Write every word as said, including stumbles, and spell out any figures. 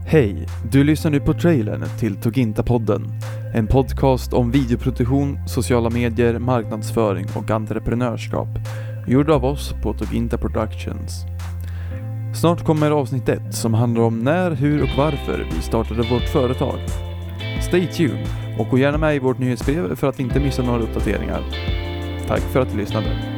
Hej, du lyssnar nu på trailern till Toginta-podden. En podcast om videoproduktion, sociala medier, marknadsföring och entreprenörskap. Gjord av oss på Toginta Productions. Snart kommer avsnitt ett som handlar om när, hur och varför vi startade vårt företag. Stay tuned och gå gärna med i vårt nyhetsbrev för att inte missa några uppdateringar. Tack för att du lyssnade.